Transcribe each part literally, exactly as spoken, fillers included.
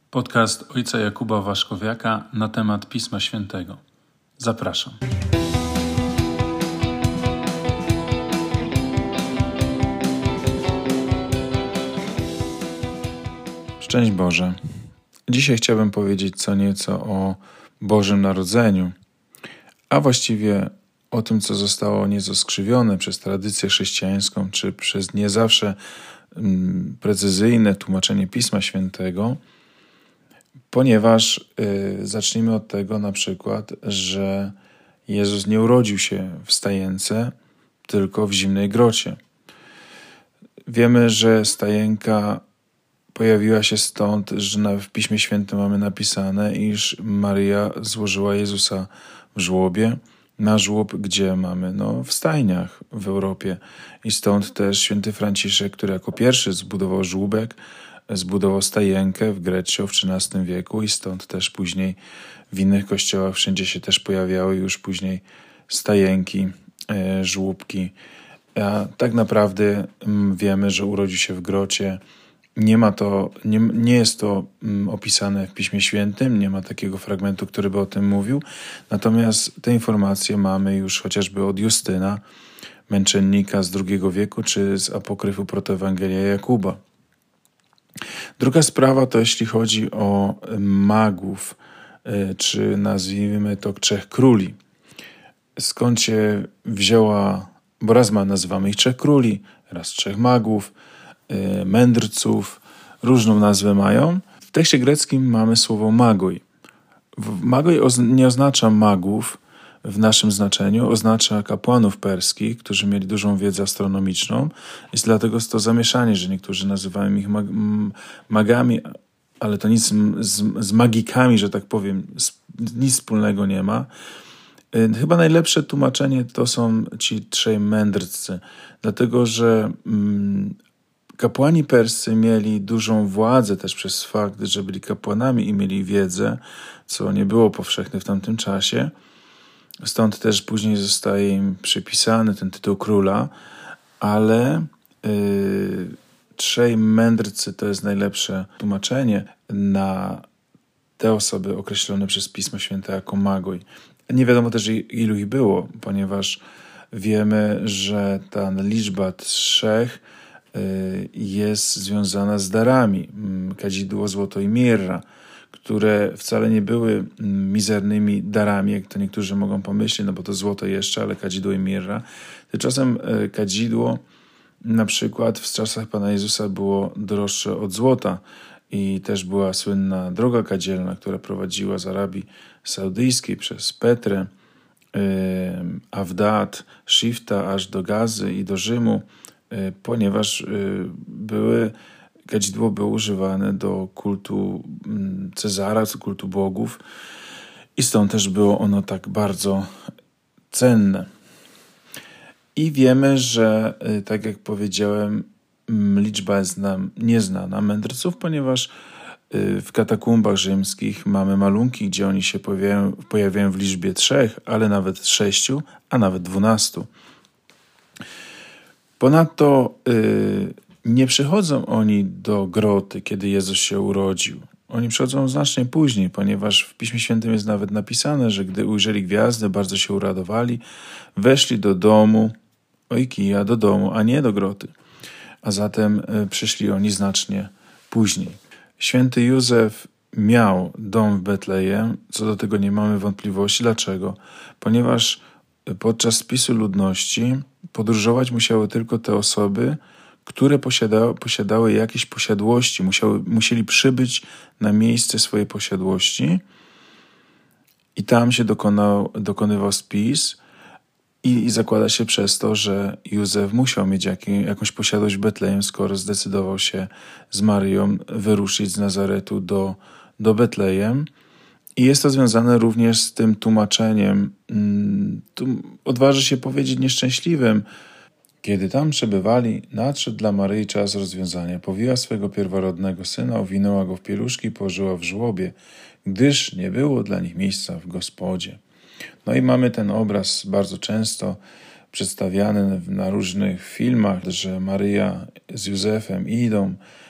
Podcast ojca Jakuba Waszkowiaka na temat Pisma Świętego. Zapraszam. Szczęść Boże. Dzisiaj chciałbym powiedzieć co nieco o Bożym Narodzeniu, a właściwie o tym, co zostało nieco skrzywione przez tradycję chrześcijańską, czy przez nie zawsze mm, precyzyjne tłumaczenie Pisma Świętego, ponieważ y, zacznijmy od tego na przykład, że Jezus nie urodził się w stajence, tylko w zimnej grocie. Wiemy, że stajenka pojawiła się stąd, że na, w Piśmie Świętym mamy napisane, iż Maryja złożyła Jezusa w żłobie, na żłób, gdzie mamy? No, w stajniach w Europie. I stąd też święty Franciszek, który jako pierwszy zbudował żłóbek, zbudował stajenkę w Greccio w trzynastym wieku i stąd też później w innych kościołach wszędzie się też pojawiały już później stajenki, e, żłóbki. A tak naprawdę m, wiemy, że urodził się w grocie. Nie ma to, nie, nie jest to m, opisane w Piśmie Świętym, nie ma takiego fragmentu, który by o tym mówił. Natomiast te informacje mamy już chociażby od Justyna, męczennika z drugiego wieku, czy z apokryfu protoewangelia Jakuba. Druga sprawa to jeśli chodzi o magów, czy nazwijmy to trzech króli. Skąd się wzięła, bo raz ma, nazywamy ich trzech króli, raz trzech magów, mędrców, różną nazwę mają. W tekście greckim mamy słowo magoi. Magoi nie oznacza magów w naszym znaczeniu, oznacza kapłanów perskich, którzy mieli dużą wiedzę astronomiczną. Jest dlatego jest to zamieszanie, że niektórzy nazywają ich mag- magami, ale to nic z, z magikami, że tak powiem, nic wspólnego nie ma. Chyba najlepsze tłumaczenie to są ci trzej mędrcy, dlatego że mm, kapłani perscy mieli dużą władzę też przez fakt, że byli kapłanami i mieli wiedzę, co nie było powszechne w tamtym czasie. Stąd też później zostaje im przypisany ten tytuł króla, ale yy, trzej mędrcy to jest najlepsze tłumaczenie na te osoby określone przez Pismo Święte jako magoi. Nie wiadomo też ilu ich było, ponieważ wiemy, że ta liczba trzech yy, jest związana z darami. Kadzidło, złoto i mirra, które wcale nie były mizernymi darami, jak to niektórzy mogą pomyśleć, no bo to złoto jeszcze, ale kadzidło i mirra. Tymczasem kadzidło na przykład w czasach Pana Jezusa było droższe od złota i też była słynna droga kadzielna, która prowadziła z Arabii Saudyjskiej przez Petrę, Awdat, Shifta aż do Gazy i do Rzymu, ponieważ były kadzidło było używane do kultu Cezara, kultu bogów i stąd też było ono tak bardzo cenne. I wiemy, że tak jak powiedziałem, liczba jest nam nieznana mędrców, ponieważ w katakumbach rzymskich mamy malunki, gdzie oni się pojawiają, pojawiają w liczbie trzech, ale nawet sześciu, a nawet dwunastu. Ponadto yy, nie przychodzą oni do groty, kiedy Jezus się urodził. Oni przychodzą znacznie później, ponieważ w Piśmie Świętym jest nawet napisane, że gdy ujrzeli gwiazdę, bardzo się uradowali, weszli do domu, ojkija, do domu, a nie do groty. A zatem przyszli oni znacznie później. Święty Józef miał dom w Betlejem, co do tego nie mamy wątpliwości. Dlaczego? Ponieważ podczas spisu ludności podróżować musiały tylko te osoby, które posiadały, posiadały jakieś posiadłości, musiały, musieli przybyć na miejsce swojej posiadłości i tam się dokonał, dokonywał spis i, i zakłada się przez to, że Józef musiał mieć jakiej, jakąś posiadłość w Betlejem, skoro zdecydował się z Maryją wyruszyć z Nazaretu do, do Betlejem. I jest to związane również z tym tłumaczeniem, tu odważy się powiedzieć nieszczęśliwym. Kiedy tam przebywali, nadszedł dla Maryi czas rozwiązania. Powiła swego pierworodnego syna, owinęła go w pieluszki i położyła w żłobie, gdyż nie było dla nich miejsca w gospodzie. No i mamy ten obraz bardzo często przedstawiany na różnych filmach, że Maryja z Józefem idą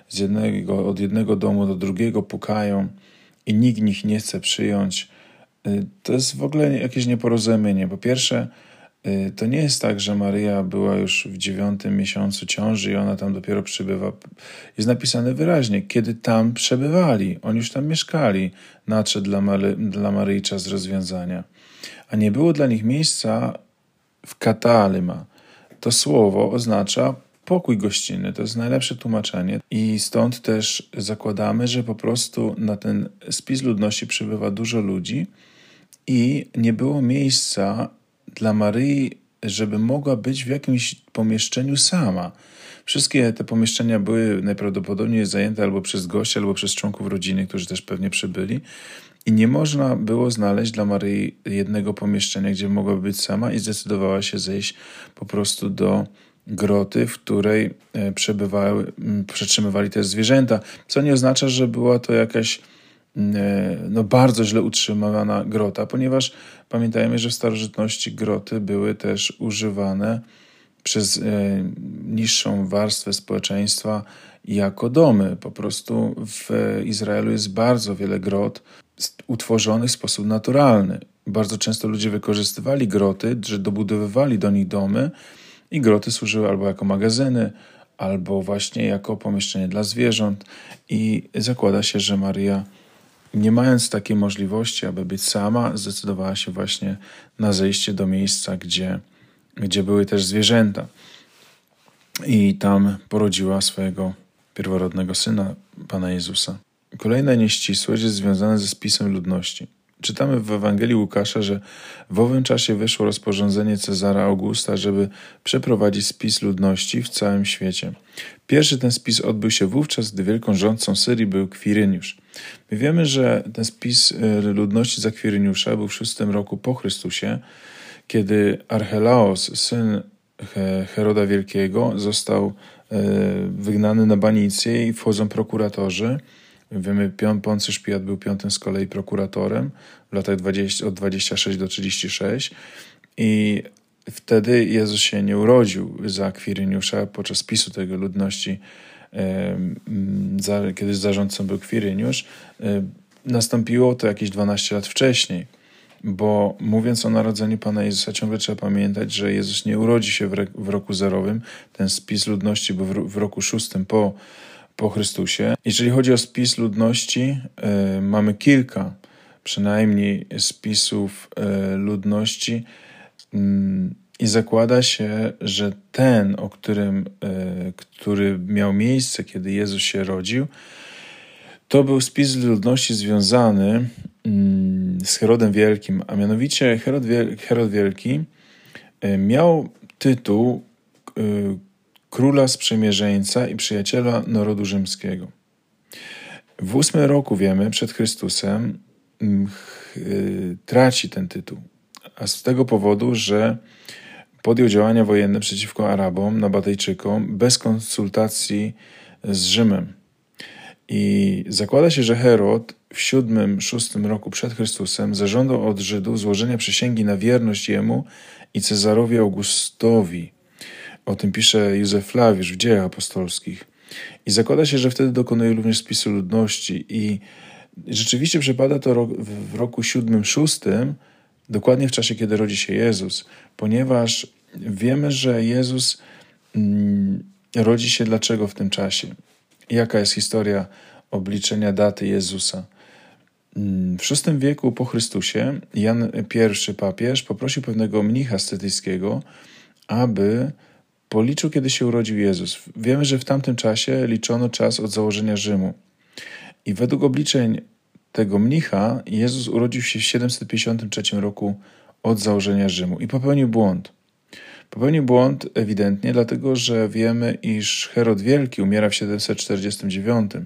z jednego, od jednego domu do drugiego pukają i nikt ich nie chce przyjąć. To jest w ogóle jakieś nieporozumienie. Po pierwsze, to nie jest tak, że Maryja była już w dziewiątym miesiącu ciąży i ona tam dopiero przybywa. Jest napisane wyraźnie, kiedy tam przebywali. Oni już tam mieszkali. Nadszedł dla, Mary, dla Maryi czas rozwiązania. A nie było dla nich miejsca w katalyma. To słowo oznacza pokój gościnny. To jest najlepsze tłumaczenie. I stąd też zakładamy, że po prostu na ten spis ludności przybywa dużo ludzi i nie było miejsca dla Maryi, żeby mogła być w jakimś pomieszczeniu sama. Wszystkie te pomieszczenia były najprawdopodobniej zajęte albo przez gości, albo przez członków rodziny, którzy też pewnie przybyli. I nie można było znaleźć dla Maryi jednego pomieszczenia, gdzie mogłaby być sama i zdecydowała się zejść po prostu do groty, w której przebywały, przetrzymywali te zwierzęta. Co nie oznacza, że była to jakaś no, bardzo źle utrzymywana grota, ponieważ pamiętajmy, że w starożytności groty były też używane przez e, niższą warstwę społeczeństwa jako domy. Po prostu w Izraelu jest bardzo wiele grot utworzonych w sposób naturalny. Bardzo często ludzie wykorzystywali groty, że dobudowywali do nich domy i groty służyły albo jako magazyny, albo właśnie jako pomieszczenie dla zwierząt. I zakłada się, że Maryja, nie mając takiej możliwości, aby być sama, zdecydowała się właśnie na zejście do miejsca, gdzie, gdzie były też zwierzęta. I tam porodziła swojego pierworodnego syna, Pana Jezusa. Kolejna nieścisłość jest związana ze spisem ludności. Czytamy w Ewangelii Łukasza, że w owym czasie wyszło rozporządzenie Cezara Augusta, żeby przeprowadzić spis ludności w całym świecie. Pierwszy ten spis odbył się wówczas, gdy wielką rządcą Syrii był Kwiryniusz. My wiemy, że ten spis ludności za Kwiryniusza był w szóstym roku po Chrystusie, kiedy Archelaos, syn Heroda Wielkiego, został wygnany na banicję i wchodzą prokuratorzy. Wiemy, Poncjusz Piłat był piątym z kolei prokuratorem w latach dwudziestych, od dwudziestego szóstego do trzydziestego szóstego i wtedy Jezus się nie urodził za Kwiryniusza podczas spisu tego ludności, kiedy zarządcą był Kwiryniusz. Nastąpiło to jakieś dwanaście lat wcześniej, bo mówiąc o narodzeniu Pana Jezusa, ciągle trzeba pamiętać, że Jezus nie urodzi się w roku zerowym. Ten spis ludności był w roku szóstym po po Chrystusie. Jeżeli chodzi o spis ludności, y, mamy kilka przynajmniej spisów y, ludności y, i zakłada się, że ten, o którym, y, który miał miejsce, kiedy Jezus się rodził, to był spis ludności związany y, z Herodem Wielkim, a mianowicie Herod, Wiel- Herod Wielki y, miał tytuł y, króla sprzymierzeńca i przyjaciela narodu rzymskiego. W ósmym roku, wiemy, przed Chrystusem yy, traci ten tytuł. A z tego powodu, że podjął działania wojenne przeciwko Arabom, Nabatejczykom, bez konsultacji z Rzymem. I zakłada się, że Herod w siódmym, szóstym roku przed Chrystusem zażądał od Żydów złożenia przysięgi na wierność jemu i Cezarowi Augustowi. O tym pisze Józef Flawiusz w Dziejach Apostolskich. I zakłada się, że wtedy dokonuje również spisu ludności. I rzeczywiście przypada to w roku siódmym, szóstym, dokładnie w czasie, kiedy rodzi się Jezus, ponieważ wiemy, że Jezus mm, rodzi się dlaczego w tym czasie. Jaka jest historia obliczenia daty Jezusa? W szóstym wieku po Chrystusie Jan I papież poprosił pewnego mnicha scetyjskiego, aby policzył, kiedy się urodził Jezus. Wiemy, że w tamtym czasie liczono czas od założenia Rzymu. I według obliczeń tego mnicha Jezus urodził się w siedemset pięćdziesiątym trzecim roku od założenia Rzymu. I popełnił błąd. Popełnił błąd ewidentnie, dlatego że wiemy, iż Herod Wielki umiera w siedemset czterdziestym dziewiątym.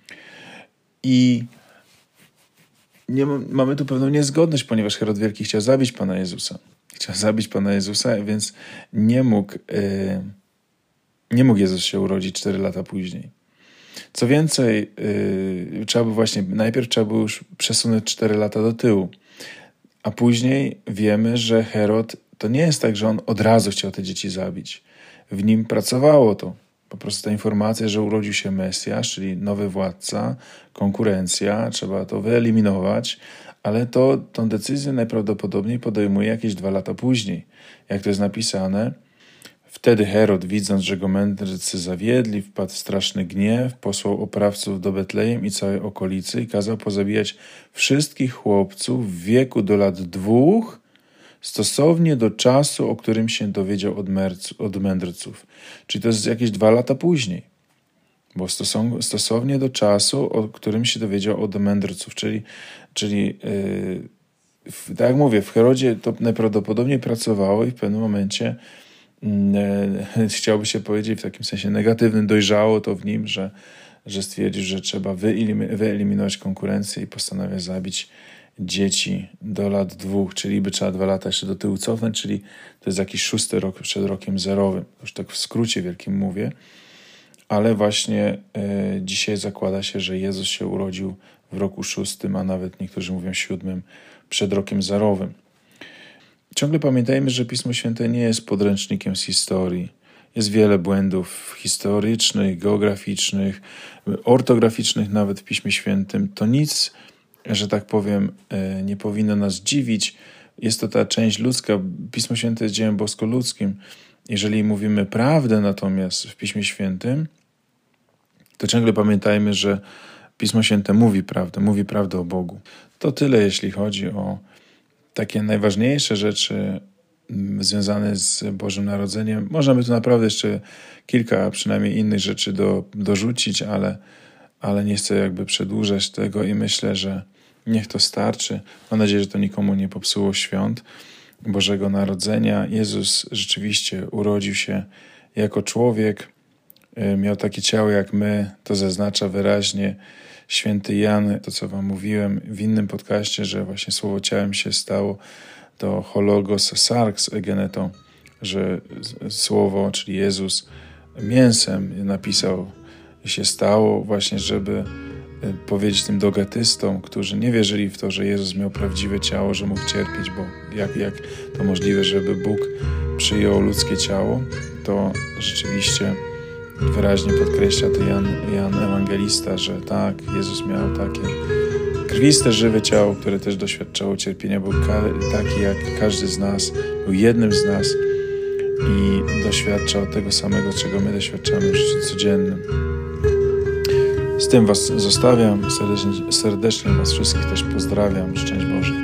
I nie ma, mamy tu pewną niezgodność, ponieważ Herod Wielki chciał zabić Pana Jezusa. Chciał zabić Pana Jezusa, więc nie mógł, yy, nie mógł Jezus się urodzić cztery lata później. Co więcej, yy, trzeba by właśnie, najpierw trzeba było już przesunąć cztery lata do tyłu. A później wiemy, że Herod, to nie jest tak, że on od razu chciał te dzieci zabić. W nim pracowało to. Po prostu ta informacja, że urodził się Mesjasz, czyli nowy władca, konkurencja, trzeba to wyeliminować, ale to tą decyzję najprawdopodobniej podejmuje jakieś dwa lata później. Jak to jest napisane, wtedy Herod, widząc, że go mędrcy zawiedli, wpadł w straszny gniew, posłał oprawców do Betlejem i całej okolicy i kazał pozabijać wszystkich chłopców w wieku do lat dwóch, stosownie do czasu, o którym się dowiedział od, merc- od mędrców. Czyli to jest jakieś dwa lata później, bo stosow- stosownie do czasu, o którym się dowiedział od mędrców. Czyli, czyli yy, w, tak jak mówię, w Herodzie to najprawdopodobniej pracowało i w pewnym momencie yy, chciałoby się powiedzieć w takim sensie negatywnym, dojrzało to w nim, że, że stwierdził, że trzeba wyelim- wyeliminować konkurencję i postanawia zabić dzieci do lat dwóch, czyli by trzeba dwa lata jeszcze do tyłu cofnąć, czyli to jest jakiś szósty rok przed rokiem zerowym. Już tak w skrócie wielkim mówię, ale właśnie e, dzisiaj zakłada się, że Jezus się urodził w roku szóstym, a nawet niektórzy mówią siódmym przed rokiem zerowym. Ciągle pamiętajmy, że Pismo Święte nie jest podręcznikiem z historii. Jest wiele błędów historycznych, geograficznych, ortograficznych nawet w Piśmie Świętym. To nic, że tak powiem, nie powinno nas dziwić. Jest to ta część ludzka. Pismo Święte jest dziełem bosko-ludzkim. Jeżeli mówimy prawdę natomiast w Piśmie Świętym, to ciągle pamiętajmy, że Pismo Święte mówi prawdę, mówi prawdę o Bogu. To tyle, jeśli chodzi o takie najważniejsze rzeczy związane z Bożym Narodzeniem. Można by tu naprawdę jeszcze kilka przynajmniej innych rzeczy do, dorzucić, ale, ale nie chcę jakby przedłużać tego i myślę, że niech to starczy. Mam nadzieję, że to nikomu nie popsuło świąt Bożego Narodzenia. Jezus rzeczywiście urodził się jako człowiek, miał takie ciało jak my, to zaznacza wyraźnie święty Jan, to co wam mówiłem w innym podcaście, że właśnie słowo ciałem się stało, to hologos sarx egeneto, że słowo, czyli Jezus mięsem napisał, się stało właśnie, żeby powiedzieć tym dogatystom, którzy nie wierzyli w to, że Jezus miał prawdziwe ciało, że mógł cierpieć, bo jak, jak to możliwe, żeby Bóg przyjął ludzkie ciało, to rzeczywiście wyraźnie podkreśla to Jan, Jan Ewangelista, że tak, Jezus miał takie krwiste, żywe ciało, które też doświadczało cierpienia, był ka- taki jak każdy z nas, był jednym z nas i doświadczał tego samego, czego my doświadczamy w życiu codziennym. Z tym was zostawiam, serdecznie, serdecznie was wszystkich też pozdrawiam. Szczęść Boże.